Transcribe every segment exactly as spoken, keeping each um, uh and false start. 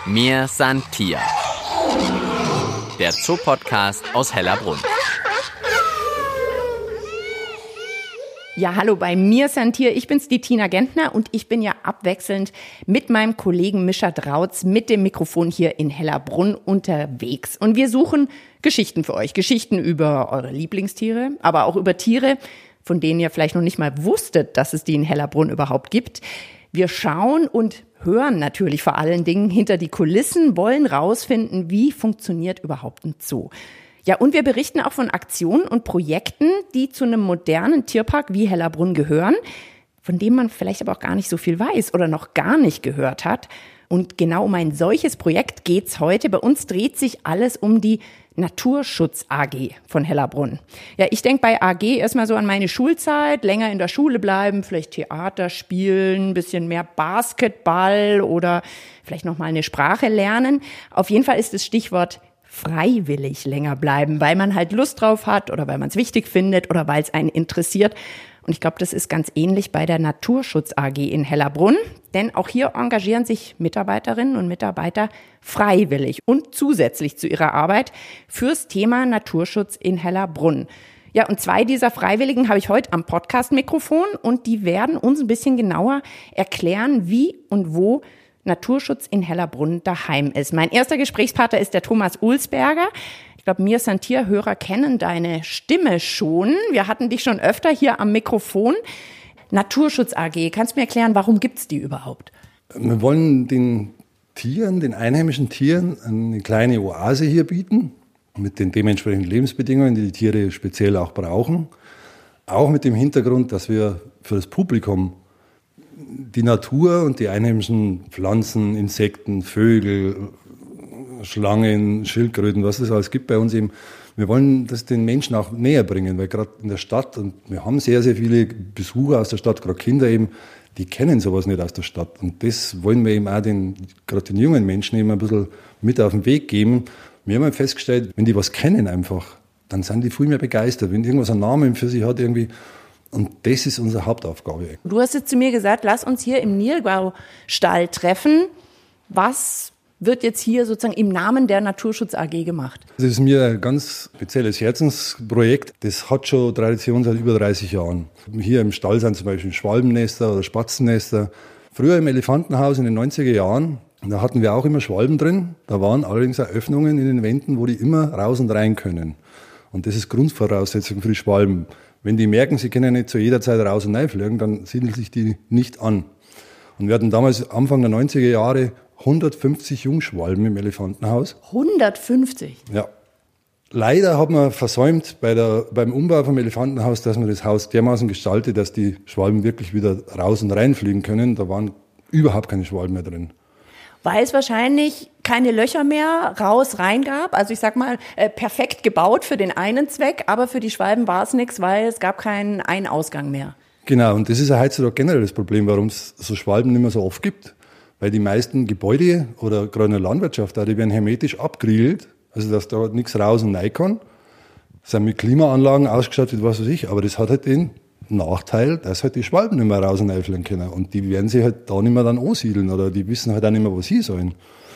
Mir san Tier, der Zoopodcast aus Hellerbrunn. Ja, hallo, bei Mir san Tier. Ich bin's, die Tina Gentner, und ich bin ja abwechselnd mit meinem Kollegen Mischa Drautz mit dem Mikrofon hier in Hellerbrunn unterwegs. Und wir suchen Geschichten für euch. Geschichten über eure Lieblingstiere, aber auch über Tiere, von denen ihr vielleicht noch nicht mal wusstet, dass es die in Hellerbrunn überhaupt gibt. Wir schauen und hören natürlich vor allen Dingen hinter die Kulissen, wollen rausfinden, wie funktioniert überhaupt ein Zoo. Ja, und wir berichten auch von Aktionen und Projekten, die zu einem modernen Tierpark wie Hellerbrunn gehören, von dem man vielleicht aber auch gar nicht so viel weiß oder noch gar nicht gehört hat. Und genau um ein solches Projekt geht's heute. Bei uns dreht sich alles um die Naturschutz A G von Hellerbrunn. Ja, ich denke bei A G erstmal so an meine Schulzeit, länger in der Schule bleiben, vielleicht Theater spielen, ein bisschen mehr Basketball oder vielleicht noch mal eine Sprache lernen. Auf jeden Fall ist das Stichwort freiwillig länger bleiben, weil man halt Lust drauf hat oder weil man es wichtig findet oder weil es einen interessiert. Und ich glaube, das ist ganz ähnlich bei der Naturschutz A G in Hellerbrunn, denn auch hier engagieren sich Mitarbeiterinnen und Mitarbeiter freiwillig und zusätzlich zu ihrer Arbeit fürs Thema Naturschutz in Hellerbrunn. Ja, und zwei dieser Freiwilligen habe ich heute am Podcast-Mikrofon, und die werden uns ein bisschen genauer erklären, wie und wo Naturschutz in Hellerbrunn daheim ist. Mein erster Gesprächspartner ist der Thomas Ulsberger. Ich glaube, Mir san Tier-Hörer kennen deine Stimme schon. Wir hatten dich schon öfter hier am Mikrofon. Naturschutz A G, kannst du mir erklären, warum gibt's die überhaupt? Wir wollen den Tieren, den einheimischen Tieren, eine kleine Oase hier bieten, mit den dementsprechenden Lebensbedingungen, die die Tiere speziell auch brauchen. Auch mit dem Hintergrund, dass wir für das Publikum die Natur und die einheimischen Pflanzen, Insekten, Vögel, Schlangen, Schildkröten, was es alles gibt bei uns eben, wir wollen das den Menschen auch näher bringen, weil gerade in der Stadt, und wir haben sehr, sehr viele Besucher aus der Stadt, gerade Kinder eben, die kennen sowas nicht aus der Stadt. Und das wollen wir eben auch den, gerade den jungen Menschen eben ein bisschen mit auf den Weg geben. Wir haben halt festgestellt, wenn die was kennen einfach, dann sind die viel mehr begeistert. Wenn irgendwas einen Namen für sich hat irgendwie. Und das ist unsere Hauptaufgabe. Du hast jetzt zu mir gesagt, lass uns hier im Nilgau-Stall treffen. Was wird jetzt hier sozusagen im Namen der Naturschutz A G gemacht? Das ist mir ein ganz spezielles Herzensprojekt. Das hat schon Tradition seit über dreißig Jahren. Hier im Stall sind zum Beispiel Schwalbennester oder Spatzennester. Früher im Elefantenhaus in den neunziger Jahren, da hatten wir auch immer Schwalben drin. Da waren allerdings auch Öffnungen in den Wänden, wo die immer raus und rein können. Und das ist Grundvoraussetzung für die Schwalben. Wenn die merken, sie können nicht zu jeder Zeit raus und reinfliegen, dann siedeln sich die nicht an. Und wir hatten damals Anfang der neunziger Jahre hundertfünfzig Jungschwalben im Elefantenhaus. hundertfünfzig? Ja. Leider hat man versäumt bei der, beim Umbau vom Elefantenhaus, dass man das Haus dermaßen gestaltet, dass die Schwalben wirklich wieder raus und reinfliegen können. Da waren überhaupt keine Schwalben mehr drin. Weil es wahrscheinlich keine Löcher mehr raus, rein gab. Also ich sag mal, äh, perfekt gebaut für den einen Zweck, aber für die Schwalben war es nichts, weil es gab keinen Ein-Ausgang mehr. Genau, und das ist ja heutzutage generell das Problem, warum es so Schwalben nicht mehr so oft gibt. Weil die meisten Gebäude oder gerade in der Landwirtschaft, die werden hermetisch abgeriegelt, also dass da nichts raus und rein kann. Sind mit Klimaanlagen ausgestattet, was weiß ich, aber das hat halt den Nachteil, dass halt die Schwalben nicht mehr raus und reinfliegen können. Und die werden sich halt da nicht mehr dann ansiedeln oder die wissen halt auch nicht mehr, wo sie sollen.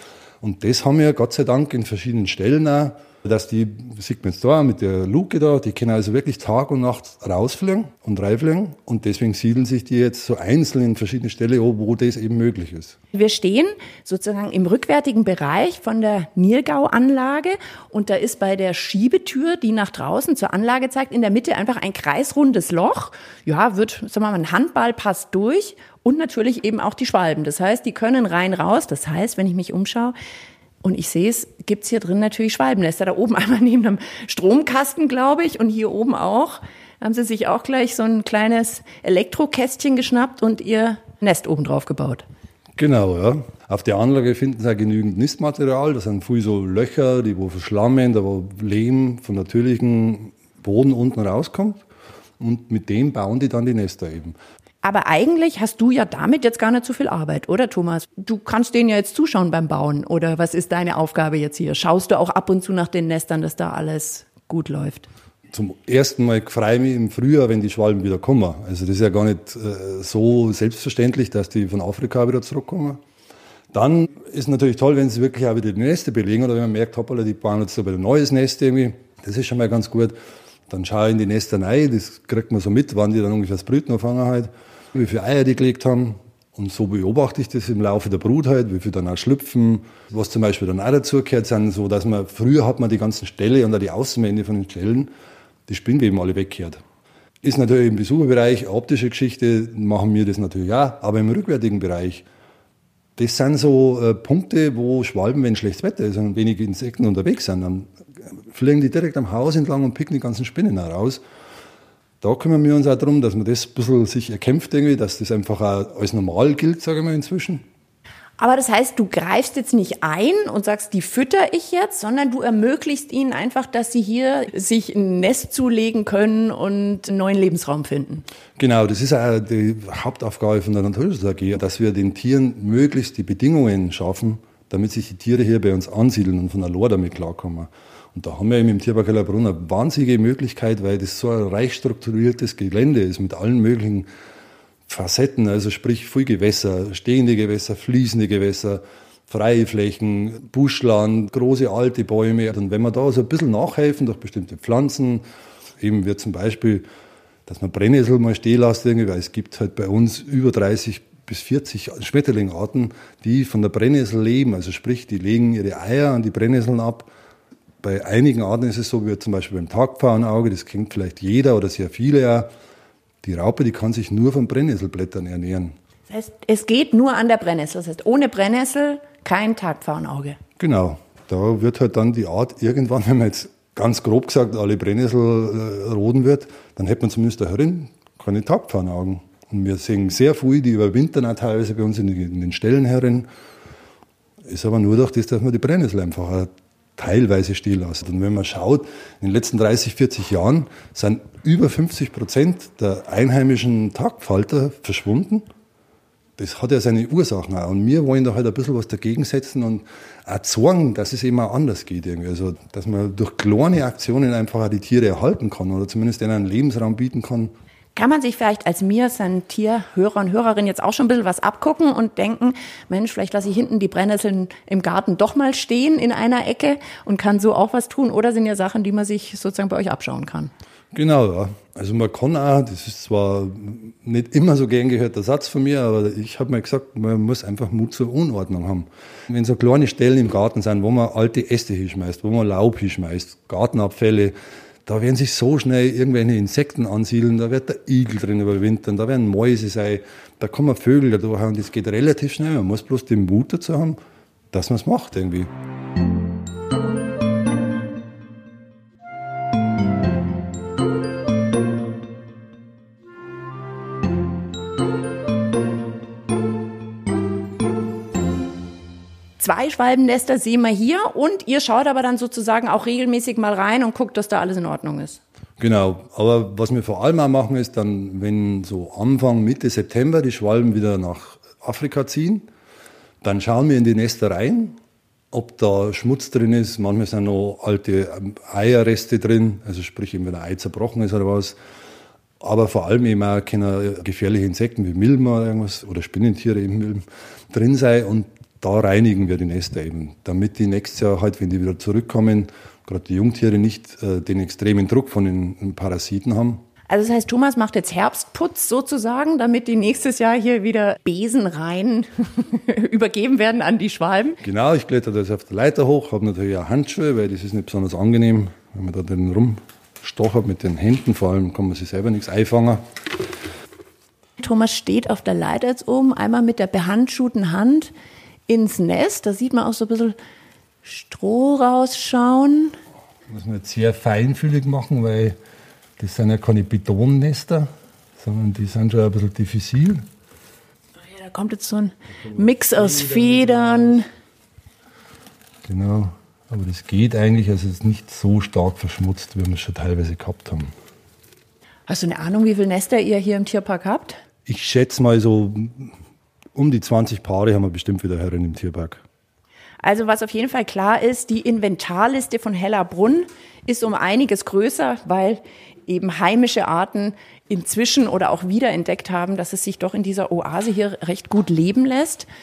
Und das haben wir Gott sei Dank in verschiedenen Stellen auch, dass die, sieht man jetzt da mit der Luke da, die können also wirklich Tag und Nacht rausfliegen und reinfliegen. Und deswegen siedeln sich die jetzt so einzeln in verschiedene Stellen an, wo das eben möglich ist. Wir stehen sozusagen im rückwärtigen Bereich von der Nilgau-Anlage, und da ist bei der Schiebetür, die nach draußen zur Anlage zeigt, in der Mitte einfach ein kreisrundes Loch. Ja, wird, sagen wir mal, ein Handball passt durch, und natürlich eben auch die Schwalben. Das heißt, die können rein raus. Das heißt, wenn ich mich umschaue, und ich sehe es, gibt's hier drin natürlich Schwalbennester. Da oben einmal neben einem Stromkasten, glaube ich, und hier oben auch. Haben sie sich auch gleich so ein kleines Elektrokästchen geschnappt und ihr Nest oben drauf gebaut. Genau, ja. Auf der Anlage finden sie auch genügend Nistmaterial. Da sind viel so Löcher, die wo verschlammen, da wo Lehm von natürlichem Boden unten rauskommt. Und mit dem bauen die dann die Nester eben. Aber eigentlich hast du ja damit jetzt gar nicht so viel Arbeit, oder Thomas? Du kannst denen ja jetzt zuschauen beim Bauen, oder was ist deine Aufgabe jetzt hier? Schaust du auch ab und zu nach den Nestern, dass da alles gut läuft? Zum ersten Mal freue ich mich im Frühjahr, wenn die Schwalben wieder kommen. Also das ist ja gar nicht äh, so selbstverständlich, dass die von Afrika wieder zurückkommen. Dann ist natürlich toll, wenn sie wirklich auch wieder die Nester belegen oder wenn man merkt, hoppala, die bauen jetzt aber ein neues Nest irgendwie. Das ist schon mal ganz gut. Dann schaue ich in die Nester rein, das kriegt man so mit, wann die dann ungefähr das Brüten anfangen halt, wie viele Eier die gelegt haben. Und so beobachte ich das im Laufe der Brut halt, wie viel dann auch schlüpfen, was zum Beispiel dann auch dazugehört sind, so dass man, früher hat man die ganzen Ställe und auch die Außenwände von den Ställen, die Spinnweben alle weggehört. Ist natürlich im Besucherbereich, optische Geschichte, machen wir das natürlich auch, aber im rückwärtigen Bereich, das sind so äh, Punkte, wo Schwalben, wenn schlechtes Wetter ist und wenige Insekten unterwegs sind, dann fliegen die direkt am Haus entlang und picken die ganzen Spinnen auch raus. Da kümmern wir uns auch darum, dass man das ein bisschen sich erkämpft, irgendwie, dass das einfach auch als normal gilt, sage ich mal inzwischen. Aber das heißt, du greifst jetzt nicht ein und sagst, die fütter ich jetzt, sondern du ermöglichst ihnen einfach, dass sie hier sich ein Nest zulegen können und einen neuen Lebensraum finden. Genau, das ist auch die Hauptaufgabe von der Naturschutz A G, dass wir den Tieren möglichst die Bedingungen schaffen, damit sich die Tiere hier bei uns ansiedeln und von allein damit klarkommen. Und da haben wir eben im Tierpark Hellerbrunn eine wahnsinnige Möglichkeit, weil das so ein reich strukturiertes Gelände ist mit allen möglichen Facetten, also sprich viel Gewässer, stehende Gewässer, fließende Gewässer, freie Flächen, Buschland, große alte Bäume. Und wenn wir da so ein bisschen nachhelfen durch bestimmte Pflanzen, eben wird zum Beispiel, dass man Brennnessel mal stehen lässt, weil es gibt halt bei uns über dreißig bis vierzig Schmetterlingarten, die von der Brennnessel leben, also sprich, die legen ihre Eier an die Brennnesseln ab. Bei einigen Arten ist es so, wie zum Beispiel beim Tagpfauenauge, das kennt vielleicht jeder oder sehr viele ja. Die Raupe, die kann sich nur von Brennnesselblättern ernähren. Das heißt, es geht nur an der Brennnessel. Das heißt, ohne Brennnessel kein Tagpfauenauge. Genau. Da wird halt dann die Art irgendwann, wenn man jetzt ganz grob gesagt alle Brennnessel äh, roden wird, dann hätte man zumindest da herin keine Tagpfauenaugen. Und wir sehen sehr viele, die überwintern auch teilweise bei uns in, die, in den Ställen herin. Ist aber nur durch das, dass man die Brennnessel einfach teilweise stehen lassen. Und wenn man schaut, in den letzten dreißig, vierzig Jahren sind über fünfzig Prozent der einheimischen Tagfalter verschwunden. Das hat ja seine Ursachen auch. Und wir wollen da halt ein bisschen was dagegen setzen und auch zeigen, dass es eben auch anders geht. Irgendwie. Also, dass man durch kleine Aktionen einfach auch die Tiere erhalten kann oder zumindest ihnen einen Lebensraum bieten kann. Kann man sich vielleicht als mir, sein Tierhörer und Hörerin jetzt auch schon ein bisschen was abgucken und denken, Mensch, vielleicht lasse ich hinten die Brennnesseln im Garten doch mal stehen in einer Ecke und kann so auch was tun? Oder sind ja Sachen, die man sich sozusagen bei euch abschauen kann? Genau, ja. Also man kann auch, das ist zwar nicht immer so gern gehörter Satz von mir, aber ich habe mir gesagt, man muss einfach Mut zur Unordnung haben. Wenn so kleine Stellen im Garten sind, wo man alte Äste hinschmeißt, wo man Laub hinschmeißt, Gartenabfälle, da werden sich so schnell irgendwelche Insekten ansiedeln, da wird der Igel drin überwintern, da werden Mäuse sein, da kommen Vögel dadurch und das geht relativ schnell. Man muss bloß den Mut dazu haben, dass man es macht irgendwie. Zwei Schwalbennester sehen wir hier und ihr schaut aber dann sozusagen auch regelmäßig mal rein und guckt, dass da alles in Ordnung ist. Genau, aber was wir vor allem auch machen ist dann, wenn so Anfang, Mitte September die Schwalben wieder nach Afrika ziehen, dann schauen wir in die Nester rein, ob da Schmutz drin ist. Manchmal sind noch alte Eierreste drin, also sprich, wenn ein Ei zerbrochen ist oder was. Aber vor allem eben auch können gefährliche Insekten wie Milben oder irgendwas oder Spinnentiere eben Milben drin sein und da reinigen wir die Nester eben, damit die nächstes Jahr halt, wenn die wieder zurückkommen, gerade die Jungtiere nicht äh, den extremen Druck von den, den Parasiten haben. Also das heißt, Thomas macht jetzt Herbstputz sozusagen, damit die nächstes Jahr hier wieder besenrein übergeben werden an die Schwalben? Genau, ich kletter das auf der Leiter hoch, habe natürlich auch Handschuhe, weil das ist nicht besonders angenehm, wenn man da drin rumstochert mit den Händen, vor allem kann man sich selber nichts einfangen. Thomas steht auf der Leiter jetzt oben, einmal mit der behandschuhten Hand ins Nest, da sieht man auch so ein bisschen Stroh rausschauen. Das muss man jetzt sehr feinfühlig machen, weil das sind ja keine Betonnester, sondern die sind schon ein bisschen diffizil. Ja, da kommt jetzt so ein Mix aus Federn. Genau, aber das geht eigentlich, also es ist nicht so stark verschmutzt, wie wir es schon teilweise gehabt haben. Hast du eine Ahnung, wie viele Nester ihr hier im Tierpark habt? Ich schätze mal so um die zwanzig Paare haben wir bestimmt wieder herin im Tierpark. Also was auf jeden Fall klar ist, die Inventarliste von Hellerbrunn ist um einiges größer, weil eben heimische Arten inzwischen oder auch wiederentdeckt haben, dass es sich doch in dieser Oase hier recht gut leben lässt.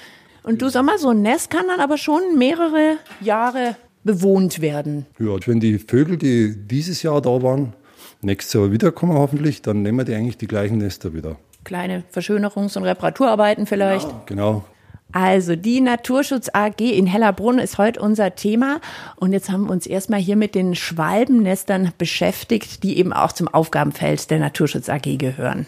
Und du sag mal, so ein Nest kann dann aber schon mehrere Jahre bewohnt werden. Ja, wenn die Vögel, die dieses Jahr da waren, nächstes Jahr wiederkommen hoffentlich, dann nehmen wir die eigentlich die gleichen Nester wieder. Kleine Verschönerungs- und Reparaturarbeiten vielleicht. Ja, genau. Also die Naturschutz A G in Hellerbrunn ist heute unser Thema. Und jetzt haben wir uns erstmal hier mit den Schwalbennestern beschäftigt, die eben auch zum Aufgabenfeld der Naturschutz A G gehören.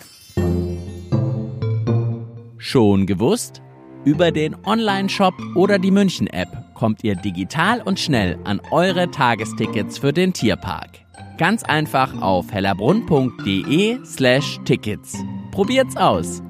Schon gewusst? Über den Online-Shop oder die München-App kommt ihr digital und schnell an eure Tagestickets für den Tierpark. Ganz einfach auf hellerbrunn.de slash Tickets. Probiert's aus!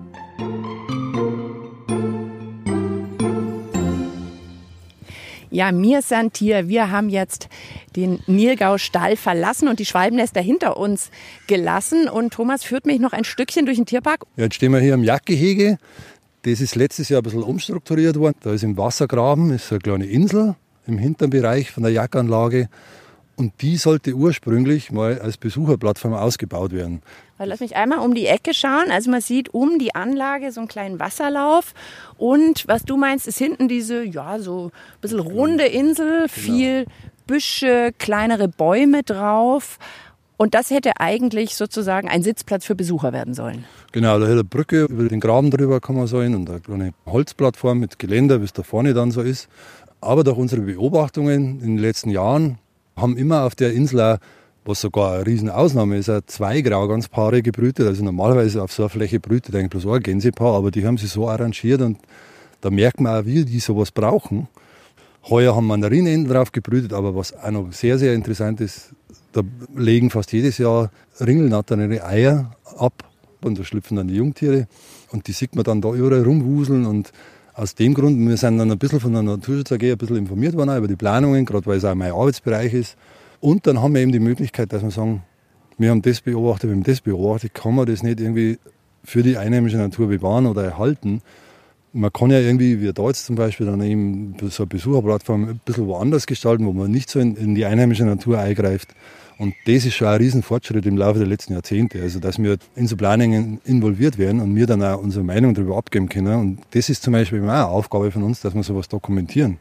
Ja, mir sind hier, wir haben jetzt den Nilgau-Stall verlassen und die Schwalbennester hinter uns gelassen. Und Thomas führt mich noch ein Stückchen durch den Tierpark. Ja, jetzt stehen wir hier am Jagdgehege. Das ist letztes Jahr ein bisschen umstrukturiert worden. Da ist im Wassergraben ist eine kleine Insel im hinteren Bereich von der Jagdanlage. Und die sollte ursprünglich mal als Besucherplattform ausgebaut werden. Lass mich einmal um die Ecke schauen. Also man sieht um die Anlage so einen kleinen Wasserlauf. Und was du meinst, ist hinten diese, ja, so ein bisschen runde Insel, viel Büsche, kleinere Bäume drauf. Und das hätte eigentlich sozusagen ein Sitzplatz für Besucher werden sollen. Genau, da hat eine Brücke über den Graben drüber kann man sein und eine kleine Holzplattform mit Geländer, wie es da vorne dann so ist. Aber durch unsere Beobachtungen in den letzten Jahren haben immer auf der Insel auch, was sogar eine Riesenausnahme ist, auch zwei Grauganspaare gebrütet. Also normalerweise auf so einer Fläche brütet eigentlich bloß ein Gänsepaar, aber die haben sich so arrangiert und da merkt man auch, wie die sowas brauchen. Heuer haben Mandarinenten drauf gebrütet, aber was auch noch sehr, sehr interessant ist, da legen fast jedes Jahr Ringelnattern ihre Eier ab und da schlüpfen dann die Jungtiere und die sieht man dann da überall rumwuseln und aus dem Grund, wir sind dann ein bisschen von der Naturschutz A G ein bisschen informiert worden über die Planungen, gerade weil es auch mein Arbeitsbereich ist. Und dann haben wir eben die Möglichkeit, dass wir sagen, wir haben das beobachtet, wir haben das beobachtet, kann man das nicht irgendwie für die einheimische Natur bewahren oder erhalten. Man kann ja irgendwie, wie da jetzt zum Beispiel, dann eben so eine Besucherplattform ein bisschen woanders gestalten, wo man nicht so in, in die einheimische Natur eingreift. Und das ist schon ein Riesenfortschritt im Laufe der letzten Jahrzehnte. Also, dass wir in so Planungen involviert werden und wir dann auch unsere Meinung darüber abgeben können. Und das ist zum Beispiel auch eine Aufgabe von uns, dass wir sowas dokumentieren.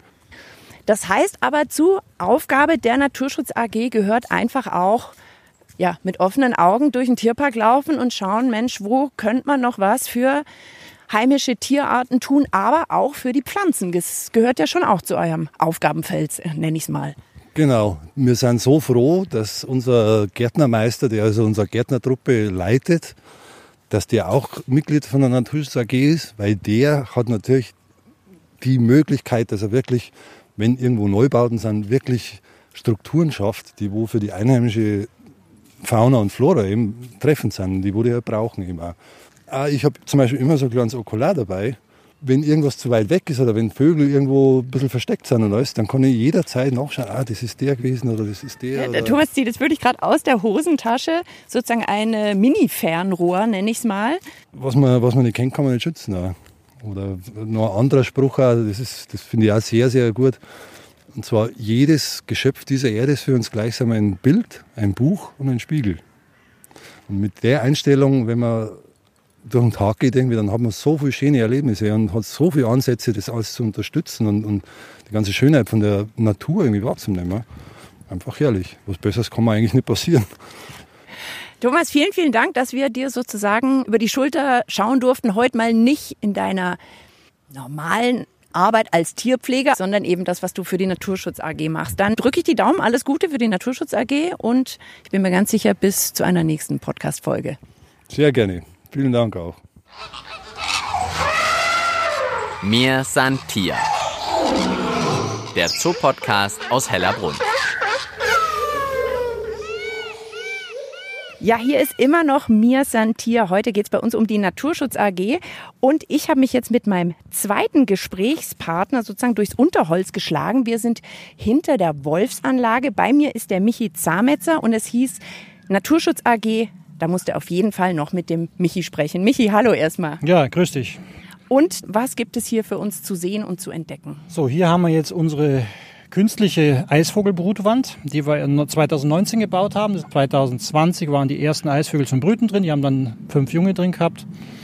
Das heißt aber, zu Aufgabe der Naturschutz A G gehört einfach auch, ja, mit offenen Augen durch den Tierpark laufen und schauen, Mensch, wo könnte man noch was für heimische Tierarten tun, aber auch für die Pflanzen. Das gehört ja schon auch zu eurem Aufgabenfeld, nenne ich es mal. Genau. Wir sind so froh, dass unser Gärtnermeister, der also unsere Gärtnertruppe leitet, dass der auch Mitglied von der Naturschutz A G ist, weil der hat natürlich die Möglichkeit, dass er wirklich, wenn irgendwo Neubauten sind, wirklich Strukturen schafft, die wo für die einheimische Fauna und Flora eben treffend sind, die wo die ja brauchen eben auch. Ich habe zum Beispiel immer so ein kleines Okular dabei. Wenn irgendwas zu weit weg ist oder wenn Vögel irgendwo ein bisschen versteckt sind und alles, dann kann ich jederzeit nachschauen, ah, das ist der gewesen oder das ist der. Ja, der Thomas zieht jetzt wirklich gerade aus der Hosentasche sozusagen eine Mini-Fernrohr, nenne ich es mal. Was man, was man nicht kennt, kann man nicht schützen. Auch. Oder noch ein anderer Spruch, auch, das, ist, das finde ich auch sehr, sehr gut. Und zwar, jedes Geschöpf dieser Erde ist für uns gleichsam ein Bild, ein Buch und ein Spiegel. Und mit der Einstellung, wenn man durch den Tag geht, irgendwie, dann hat man so viele schöne Erlebnisse und hat so viele Ansätze, das alles zu unterstützen und, und die ganze Schönheit von der Natur irgendwie wahrzunehmen. Einfach herrlich. Was Besseres kann man eigentlich nicht passieren. Thomas, vielen, vielen Dank, dass wir dir sozusagen über die Schulter schauen durften. Heute mal nicht in deiner normalen Arbeit als Tierpfleger, sondern eben das, was du für die Naturschutz A G machst. Dann drücke ich die Daumen, alles Gute für die Naturschutz A G und ich bin mir ganz sicher, bis zu einer nächsten Podcast-Folge. Sehr gerne. Vielen Dank auch. Mir san Tier. Der Zoopodcast aus Hellerbrunn. Ja, hier ist immer noch Mir san Tier. Heute geht es bei uns um die Naturschutz A G. Und ich habe mich jetzt mit meinem zweiten Gesprächspartner sozusagen durchs Unterholz geschlagen. Wir sind hinter der Wolfsanlage. Bei mir ist der Michi Zametzer und es hieß Naturschutz A G. Da musst du auf jeden Fall noch mit dem Michi sprechen. Michi, hallo erstmal. Ja, grüß dich. Und was gibt es hier für uns zu sehen und zu entdecken? So, hier haben wir jetzt unsere künstliche Eisvogelbrutwand, die wir zwanzig neunzehn gebaut haben. zwanzig zwanzig waren die ersten Eisvögel zum Brüten drin. Die haben dann fünf Junge drin gehabt.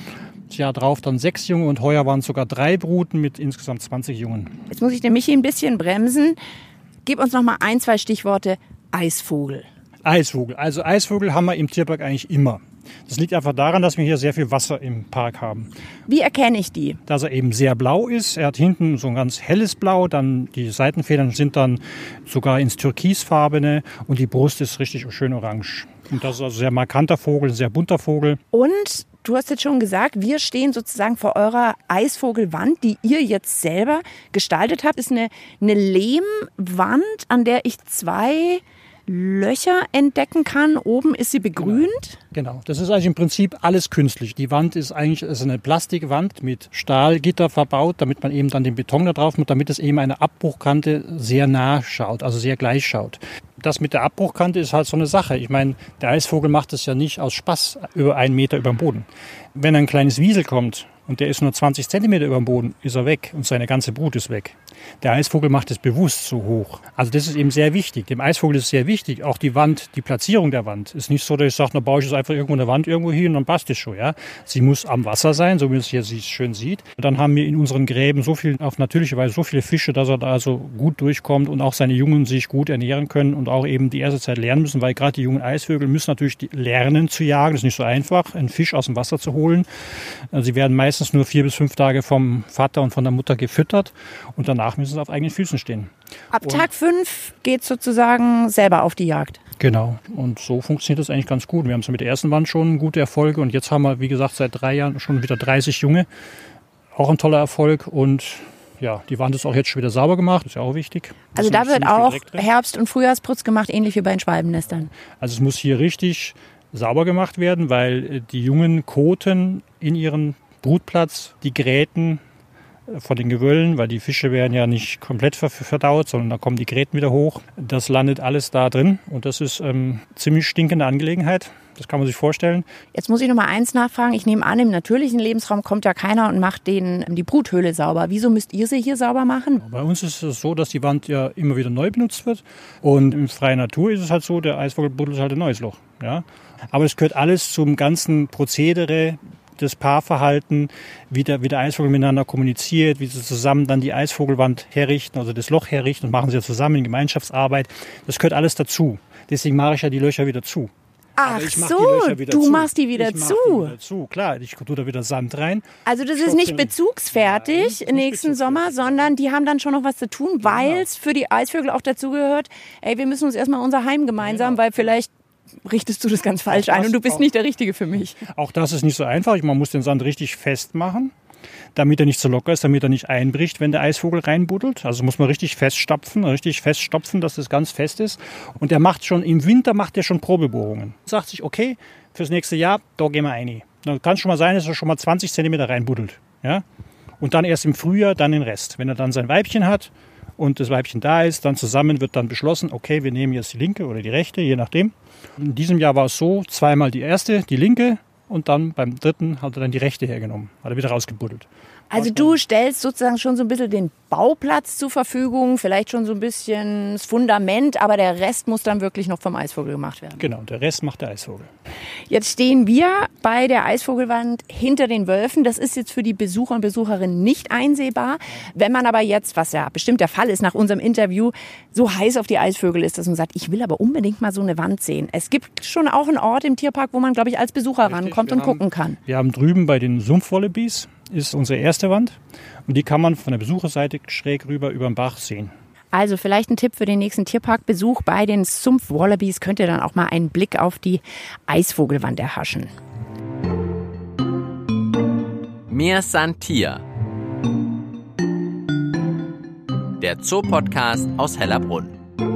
das Jahr drauf dann sechs Junge und heuer waren es sogar drei Bruten mit insgesamt zwanzig Jungen. Jetzt muss ich den Michi ein bisschen bremsen. Gib uns noch mal ein, zwei Stichworte. Eisvogel. Eisvogel. Also Eisvogel haben wir im Tierpark eigentlich immer. Das liegt einfach daran, dass wir hier sehr viel Wasser im Park haben. Wie erkenne ich die? Dass er eben sehr blau ist. Er hat hinten so ein ganz helles Blau, dann die Seitenfedern sind dann sogar ins Türkisfarbene und die Brust ist richtig schön orange. Und das ist also ein sehr markanter Vogel, ein sehr bunter Vogel. Und du hast jetzt schon gesagt, wir stehen sozusagen vor eurer Eisvogelwand, die ihr jetzt selber gestaltet habt. Das ist eine, eine Lehmwand, an der ich zwei Löcher entdecken kann. Oben ist sie begrünt. Genau, das ist eigentlich im Prinzip alles künstlich. Die Wand ist eigentlich ist eine Plastikwand mit Stahlgitter verbaut, damit man eben dann den Beton da drauf macht, damit es eben eine Abbruchkante sehr nah schaut, also sehr gleich schaut. Das mit der Abbruchkante ist halt so eine Sache. Ich meine, der Eisvogel macht es ja nicht aus Spaß über einen Meter über dem Boden. Wenn ein kleines Wiesel kommt und der ist nur zwanzig Zentimeter über dem Boden, ist er weg und seine ganze Brut ist weg. Der Eisvogel macht es bewusst so hoch. Also das ist eben sehr wichtig. Dem Eisvogel ist es sehr wichtig. Auch die Wand, die Platzierung der Wand ist nicht so, dass ich sage, na baue ich jetzt einfach irgendwo eine Wand irgendwo hin und dann passt es schon. Ja? Sie muss am Wasser sein, so wie man es hier schön sieht. Und dann haben wir in unseren Gräben so viel, auf natürliche Weise so viele Fische, dass er da also gut durchkommt und auch seine Jungen sich gut ernähren können und auch eben die erste Zeit lernen müssen, weil gerade die jungen Eisvögel müssen natürlich lernen zu jagen. Das ist nicht so einfach, einen Fisch aus dem Wasser zu holen. Also sie werden meistens nur vier bis fünf Tage vom Vater und von der Mutter gefüttert und danach müssen sie auf eigenen Füßen stehen. Ab und Tag fünf geht es sozusagen selber auf die Jagd. Genau. Und so funktioniert das eigentlich ganz gut. Wir haben es mit der ersten Wand schon gute Erfolge und jetzt haben wir, wie gesagt, seit drei Jahren schon wieder dreißig Junge. Auch ein toller Erfolg und ja, die Wand ist auch jetzt schon wieder sauber gemacht, ist ja auch wichtig. Also da wird auch Herbst- und Frühjahrsputz gemacht, ähnlich wie bei den Schwalbennestern. Also es muss hier richtig sauber gemacht werden, weil die Jungen koten in ihren Brutplatz die Gräten von den Gewöllen, weil die Fische werden ja nicht komplett verdaut, sondern da kommen die Gräten wieder hoch. Das landet alles da drin und das ist ähm, ziemlich stinkende Angelegenheit. Das kann man sich vorstellen. Jetzt muss ich noch mal eins nachfragen. Ich nehme an, im natürlichen Lebensraum kommt ja keiner und macht den, die Bruthöhle sauber. Wieso müsst ihr sie hier sauber machen? Bei uns ist es so, dass die Wand ja immer wieder neu benutzt wird. Und in freier Natur ist es halt so, der Eisvogel buddelt halt ein neues Loch. Ja? Aber es gehört alles zum ganzen Prozedere, das Paarverhalten, wie der, wie der Eisvogel miteinander kommuniziert, wie sie zusammen dann die Eisvogelwand herrichten, also das Loch herrichten und machen sie ja zusammen in Gemeinschaftsarbeit. Das gehört alles dazu. Deswegen mache ich ja die Löcher wieder zu. Ach so, du zu. machst die wieder ich zu. Die wieder zu. Klar, ich tue da wieder Sand rein. Also das ist nicht bezugsfertig Nein, nächsten nicht Sommer, sondern die haben dann schon noch was zu tun, weil es für die Eisvögel auch dazugehört, ey, wir müssen uns erstmal unser Heim gemeinsam, genau. weil vielleicht richtest du das ganz falsch das, ein und du bist auch, nicht der Richtige für mich. Auch das ist nicht so einfach. Man muss den Sand richtig festmachen, damit er nicht so locker ist, damit er nicht einbricht, wenn der Eisvogel reinbuddelt. Also muss man richtig feststopfen, richtig feststopfen, dass das ganz fest ist. Und er macht schon, im Winter macht er schon Probebohrungen. Sagt sich, okay, fürs nächste Jahr, da gehen wir rein. Dann kann es schon mal sein, dass er schon mal zwanzig Zentimeter reinbuddelt. Ja? Und dann erst im Frühjahr, dann den Rest. Wenn er dann sein Weibchen hat und das Weibchen da ist, dann zusammen wird dann beschlossen, okay, wir nehmen jetzt die linke oder die rechte, je nachdem. In diesem Jahr war es so, zweimal die erste, die linke und dann beim dritten hat er dann die rechte hergenommen, hat er wieder rausgebuddelt. Also du stellst sozusagen schon so ein bisschen den Bauplatz zur Verfügung, vielleicht schon so ein bisschen das Fundament, aber der Rest muss dann wirklich noch vom Eisvogel gemacht werden. Genau, der Rest macht der Eisvogel. Jetzt stehen wir bei der Eisvogelwand hinter den Wölfen. Das ist jetzt für die Besucher und Besucherinnen nicht einsehbar. Wenn man aber jetzt, was ja bestimmt der Fall ist nach unserem Interview, so heiß auf die Eisvögel ist, dass man sagt, ich will aber unbedingt mal so eine Wand sehen. Es gibt schon auch einen Ort im Tierpark, wo man, glaube ich, als Besucher Richtig, rankommt und haben, gucken kann. Wir haben drüben bei den Sumpfwallabies ist unsere erste Wand und die kann man von der Besucherseite schräg rüber über den Bach sehen. Also vielleicht ein Tipp für den nächsten Tierparkbesuch. Bei den Sumpfwallabies könnt ihr dann auch mal einen Blick auf die Eisvogelwand erhaschen. Mir san Tier. Der Zoopodcast aus Hellerbrunn.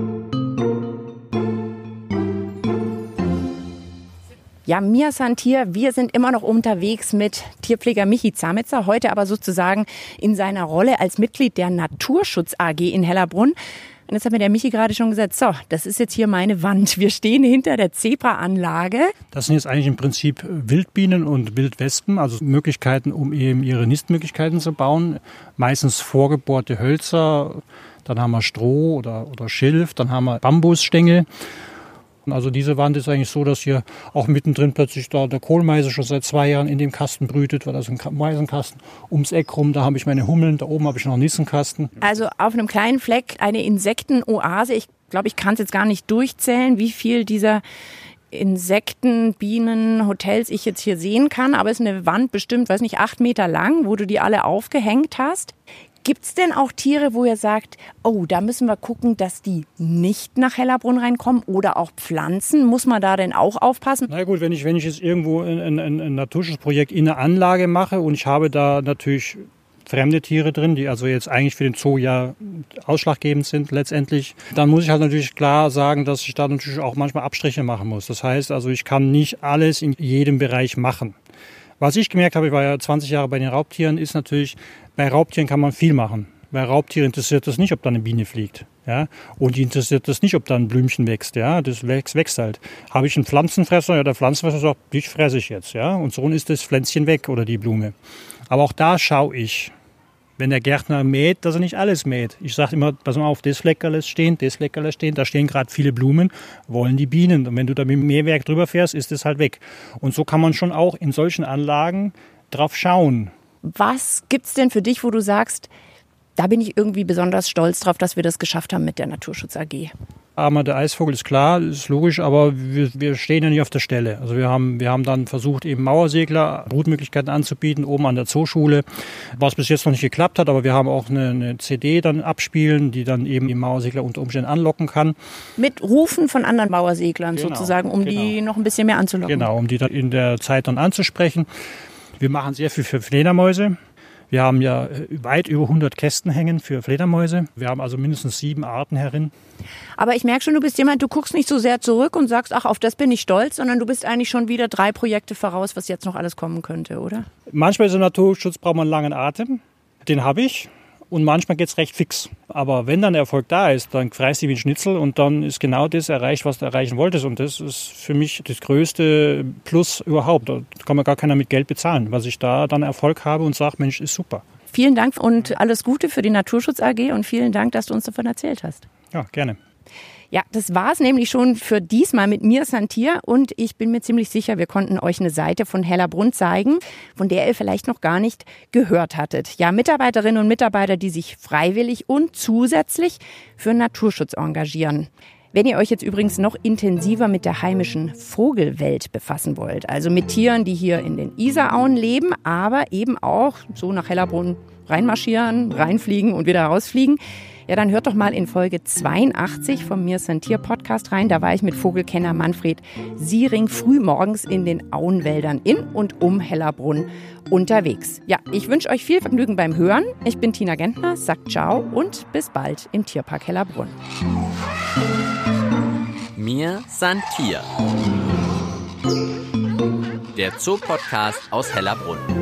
Ja, Mir san Tier, wir sind immer noch unterwegs mit Tierpfleger Michi Zametzer, heute aber sozusagen in seiner Rolle als Mitglied der Naturschutz A G in Hellerbrunn. Und jetzt hat mir der Michi gerade schon gesagt, so, das ist jetzt hier meine Wand. Wir stehen hinter der Zebra-Anlage. Das sind jetzt eigentlich im Prinzip Wildbienen und Wildwespen, also Möglichkeiten, um eben ihre Nistmöglichkeiten zu bauen. Meistens vorgebohrte Hölzer, dann haben wir Stroh oder, oder Schilf, dann haben wir Bambusstängel. Also diese Wand ist eigentlich so, dass hier auch mittendrin plötzlich da der Kohlmeise schon seit zwei Jahren in dem Kasten brütet, weil das ist ein Meisenkasten. Ums Eck rum, da habe ich meine Hummeln, da oben habe ich noch einen Nissenkasten. Also auf einem kleinen Fleck eine Insektenoase. Ich glaube, ich kann es jetzt gar nicht durchzählen, wie viel dieser Insekten, Bienen, Hotels ich jetzt hier sehen kann. Aber es ist eine Wand bestimmt, weiß nicht, acht Meter lang, wo du die alle aufgehängt hast. Gibt es denn auch Tiere, wo ihr sagt, oh, da müssen wir gucken, dass die nicht nach Hellerbrunn reinkommen, oder auch Pflanzen? Muss man da denn auch aufpassen? Na gut, wenn ich, wenn ich jetzt irgendwo ein, ein, ein Naturschutzprojekt in einer Anlage mache und ich habe da natürlich fremde Tiere drin, die also jetzt eigentlich für den Zoo ja ausschlaggebend sind letztendlich, dann muss ich halt natürlich klar sagen, dass ich da natürlich auch manchmal Abstriche machen muss. Das heißt also, ich kann nicht alles in jedem Bereich machen. Was ich gemerkt habe, ich war ja zwanzig Jahre bei den Raubtieren, ist natürlich, bei Raubtieren kann man viel machen. Bei Raubtieren interessiert es nicht, ob da eine Biene fliegt. Ja? Und die interessiert es nicht, ob da ein Blümchen wächst. Ja? Das wächst, wächst halt. Habe ich einen Pflanzenfresser? Ja, der Pflanzenfresser sagt, dich fresse ich jetzt. Ja? Und so ist das Pflänzchen weg oder die Blume. Aber auch da schaue ich, wenn der Gärtner mäht, dass er nicht alles mäht. Ich sage immer, pass mal auf, das Fleckerl stehen, das Fleckerl stehen, da stehen gerade viele Blumen, wollen die Bienen. Und wenn du da mit dem Mähwerk drüber fährst, ist das halt weg. Und so kann man schon auch in solchen Anlagen drauf schauen. Was gibt's denn für dich, wo du sagst, da bin ich irgendwie besonders stolz drauf, dass wir das geschafft haben mit der Naturschutz A G? Aber der Eisvogel ist klar, ist logisch, aber wir, wir stehen ja nicht auf der Stelle. Also wir haben, wir haben dann versucht, eben Mauersegler Brutmöglichkeiten anzubieten, oben an der Zooschule, was bis jetzt noch nicht geklappt hat, aber wir haben auch eine, eine C D dann abspielen, die dann eben die Mauersegler unter Umständen anlocken kann. Mit Rufen von anderen Mauerseglern genau, sozusagen, um genau. die noch ein bisschen mehr anzulocken. Genau, um die dann in der Zeit dann anzusprechen. Wir machen sehr viel für Fledermäuse. Wir haben ja weit über hundert Kästen hängen für Fledermäuse. Wir haben also mindestens sieben Arten herin. Aber ich merke schon, du bist jemand, du guckst nicht so sehr zurück und sagst, ach, auf das bin ich stolz, sondern du bist eigentlich schon wieder drei Projekte voraus, was jetzt noch alles kommen könnte, oder? Manchmal ist im Naturschutz braucht man einen langen Atem. Den habe ich. Und manchmal geht es recht fix. Aber wenn dann Erfolg da ist, dann freist du wie ein Schnitzel und dann ist genau das erreicht, was du erreichen wolltest. Und das ist für mich das größte Plus überhaupt. Da kann mir gar keiner mit Geld bezahlen, was ich da dann Erfolg habe und sage, Mensch, ist super. Vielen Dank und alles Gute für die Naturschutz A G und vielen Dank, dass du uns davon erzählt hast. Ja, gerne. Ja, das war es nämlich schon für diesmal mit mir, Santier. Und ich bin mir ziemlich sicher, wir konnten euch eine Seite von Hellerbrunn zeigen, von der ihr vielleicht noch gar nicht gehört hattet. Ja, Mitarbeiterinnen und Mitarbeiter, die sich freiwillig und zusätzlich für Naturschutz engagieren. Wenn ihr euch jetzt übrigens noch intensiver mit der heimischen Vogelwelt befassen wollt, also mit Tieren, die hier in den Isarauen leben, aber eben auch so nach Hellerbrunn reinmarschieren, reinfliegen und wieder rausfliegen, ja, dann hört doch mal in Folge zweiundachtzig vom Mir ist ein Tier Podcast rein. Da war ich mit Vogelkenner Manfred Siering frühmorgens in den Auenwäldern in und um Hellerbrunn unterwegs. Ja, ich wünsche euch viel Vergnügen beim Hören. Ich bin Tina Gentner, sagt ciao und bis bald im Tierpark Hellerbrunn. Mir san Tier. Der Zoo-Podcast aus Hellerbrunn.